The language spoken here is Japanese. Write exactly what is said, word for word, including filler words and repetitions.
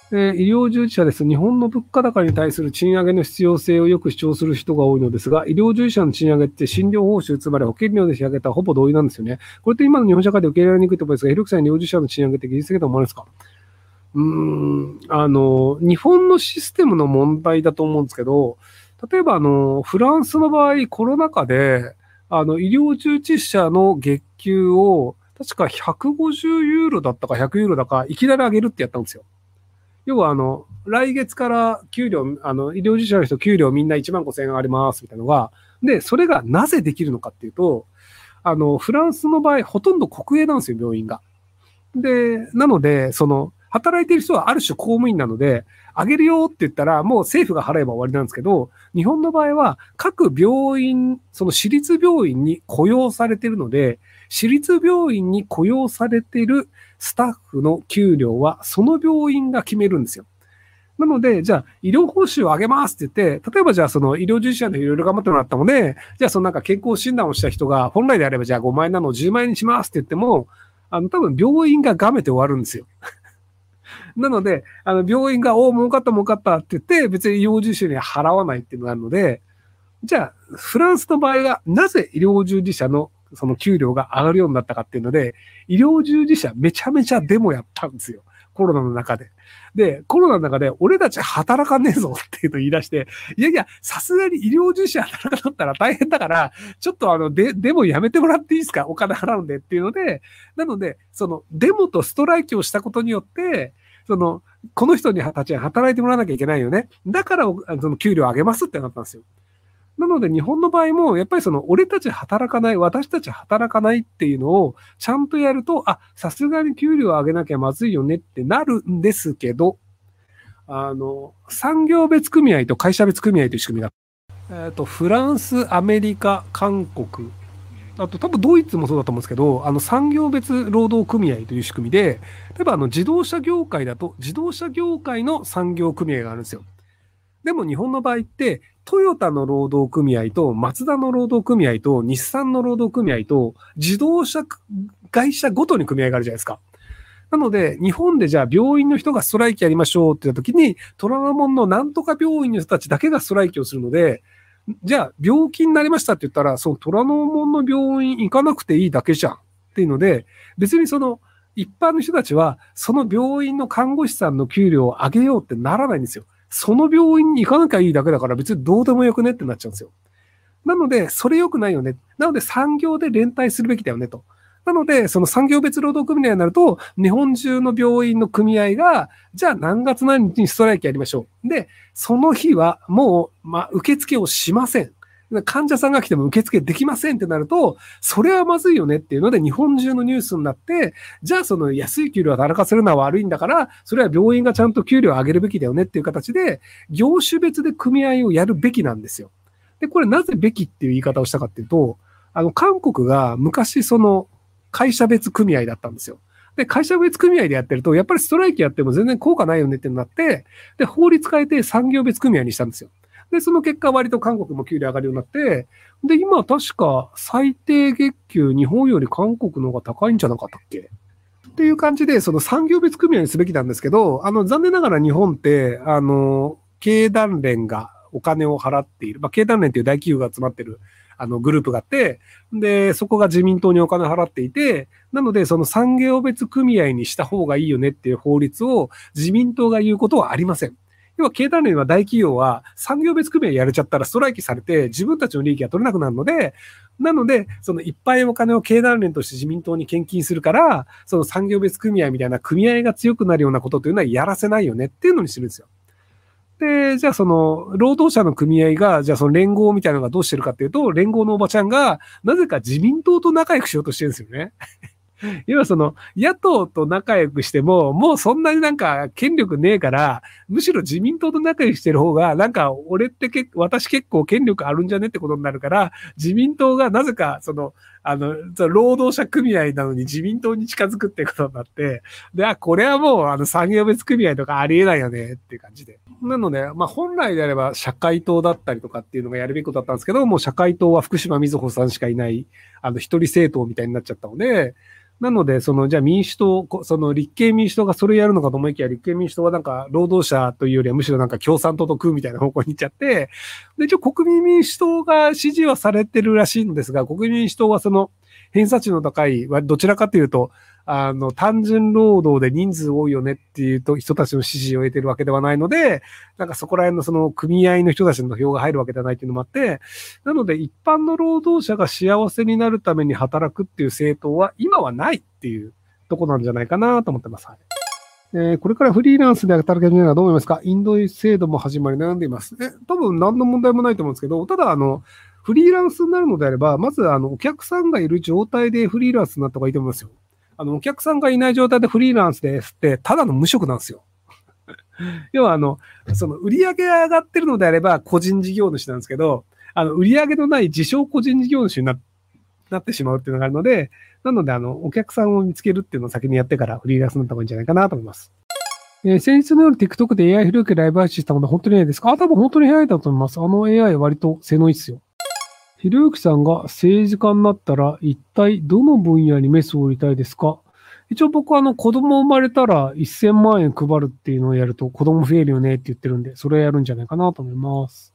えー医療従事者です。日本の物価高に対する賃上げの必要性をよく主張する人が多いのですが、医療従事者の賃上げって診療報酬、つまり保険料で引き上げたらほぼ同意なんですよね。これって今の日本社会で受け入れられにくいところですが、ひろきさん、医療従事者の賃上げって技術的だと思われますか？うーん、あの、日本のシステムの問題だと思うんですけど、例えば、あの、フランスの場合、コロナ禍で、あの、医療従事者の月給を、確かひゃくごじゅうユーロだったかひゃくユーロだか、いきなり上げるってやったんですよ。要は、あの、来月から給料、あの、医療従事者の人、給料みんないちまんごせんえん上がります、みたいなのが、で、それがなぜできるのかっていうと、あの、フランスの場合、ほとんど国営なんですよ、病院が。で、なので、その、働いている人はある種公務員なので、あげるよって言ったら、もう政府が払えば終わりなんですけど、日本の場合は、各病院、その私立病院に雇用されているので、私立病院に雇用されているスタッフの給料は、その病院が決めるんですよ。なので、じゃあ、医療報酬を上げますって言って、例えばじゃあ、その医療従事者でいろいろ頑張ってもらったので、じゃあ、そのなんか健康診断をした人が、本来であればじゃあごまん円なのをじゅうまん円にしますって言っても、あの、多分病院ががめて終わるんですよ。なので、あの、病院が、おお、儲かった儲かったって言って、別に医療従事者には払わないっていうのがあるので、じゃあ、フランスの場合が、なぜ医療従事者のその給料が上がるようになったかっていうので、医療従事者めちゃめちゃデモやったんですよ。コロナの中で。で、コロナの中で、俺たち働かねえぞっていうのを言い出して、いやいや、さすがに医療従事者働かなかったら大変だから、ちょっとあの、で、デモやめてもらっていいですか？お金払うんでっていうので、なので、その、デモとストライキをしたことによって、その、この人にたちに働いてもらわなきゃいけないよね。だから、その給料上げますってなったんですよ。なので日本の場合も、やっぱりその、俺たち働かない、私たち働かないっていうのをちゃんとやると、あ、さすがに給料を上げなきゃまずいよねってなるんですけど、あの、産業別組合と会社別組合という仕組みが、えっと、フランス、アメリカ、韓国、あと多分ドイツもそうだと思うんですけど、あの産業別労働組合という仕組みで、例えばあの自動車業界だと、自動車業界の産業組合があるんですよ。でも日本の場合って、トヨタの労働組合と、マツダの労働組合と、日産の労働組合と、自動車会社ごとに組合があるじゃないですか。なので、日本でじゃあ病院の人がストライキやりましょうって言った時に、虎ノ門のなんとか病院の人たちだけがストライキをするので、じゃあ病気になりましたって言ったら、その虎ノ門の病院行かなくていいだけじゃんっていうので、別にその一般の人たちは、その病院の看護師さんの給料を上げようってならないんですよ。その病院に行かなきゃいいだけだから別にどうでもよくねってなっちゃうんですよ。なので、それ良くないよね。なので、産業で連帯するべきだよねと。なので、その産業別労働組合になると、日本中の病院の組合が、じゃあ何月何日にストライキやりましょう。で、その日はもう、まあ、受付をしません。患者さんが来ても受付できませんってなると、それはまずいよねっていうので、日本中のニュースになって、じゃあその安い給料を働かせるのは悪いんだから、それは病院がちゃんと給料を上げるべきだよねっていう形で、業種別で組合をやるべきなんですよ。で、これなぜべきっていう言い方をしたかっていうと、あの、韓国が昔その会社別組合だったんですよ。で、会社別組合でやってると、やっぱりストライキやっても全然効果ないよねってなって、で、法律変えて産業別組合にしたんですよ。で、その結果割と韓国も給料上がるようになって、で、今確か最低月給日本より韓国の方が高いんじゃなかったっけっていう感じで、その産業別組合にすべきなんですけど、あの、残念ながら日本って、あの、経団連がお金を払っている、まあ、経団連っていう大企業が集まってる、あの、グループがあって、で、そこが自民党にお金を払っていて、なので、その産業別組合にした方がいいよねっていう法律を自民党が言うことはありません。要は経団連は大企業は産業別組合やれちゃったらストライキされて自分たちの利益が取れなくなるので、なので、そのいっぱいお金を経団連として自民党に献金するから、その産業別組合みたいな組合が強くなるようなことというのはやらせないよねっていうのにするんですよ。で、じゃあその、労働者の組合が、じゃあその連合みたいなのがどうしてるかっていうと、連合のおばちゃんが、なぜか自民党と仲良くしようとしてるんですよね。要はその、野党と仲良くしても、もうそんなになんか権力ねえから、むしろ自民党と仲良くしてる方が、なんか俺って結構、私結構権力あるんじゃねってことになるから、自民党がなぜかその、あの、労働者組合なのに自民党に近づくってことになって、で、あ、これはもうあの産業別組合とかありえないよねっていう感じで。なので、まあ本来であれば社会党だったりとかっていうのがやるべきことだったんですけど、もう社会党は福島みずほさんしかいない、あの一人政党みたいになっちゃったので、 なので、その、じゃあ民主党、こその立憲民主党がそれやるのかと思いきや、立憲民主党はなんか労働者というよりはむしろなんか共産党と組うみたいな方向に行っちゃって、で、一応国民民主党が支持はされてるらしいんですが、国民民主党はその偏差値の高い、どちらかというと、あの、単純労働で人数多いよねっていうと人たちの支持を得てるわけではないので、なんかそこら辺のその組合の人たちの票が入るわけではないっていうのもあって、なので一般の労働者が幸せになるために働くっていう政党は今はないっていうとこなんじゃないかなと思ってます。えー、これからフリーランスで働けるのはどう思いますか？インド制度も始まり悩んでいます。え、多分何の問題もないと思うんですけど、ただあの、フリーランスになるのであれば、まずあの、お客さんがいる状態でフリーランスになった方がいいと思いますよ。あの、お客さんがいない状態でフリーランスですって、ただの無職なんですよ。要はあの、その売り上げが上がってるのであれば個人事業主なんですけど、あの、売り上げのない自称個人事業主にななってしまうっていうのがあるので、なのであの、お客さんを見つけるっていうのを先にやってからフリーランスになった方がいいんじゃないかなと思います。えー、先日の夜 TikTok で エーアイ ひろゆきライブ配信したので本当に エーアイ ですか？あ、多分本当に エーアイ だと思います。あの エーアイ は割と性能いいっすよ。ひろゆきさんが政治家になったら一体どの分野にメスを売りたいですか？一応僕はあの子供生まれたらせんまんえん配るっていうのをやると子供増えるよねって言ってるんで、それやるんじゃないかなと思います。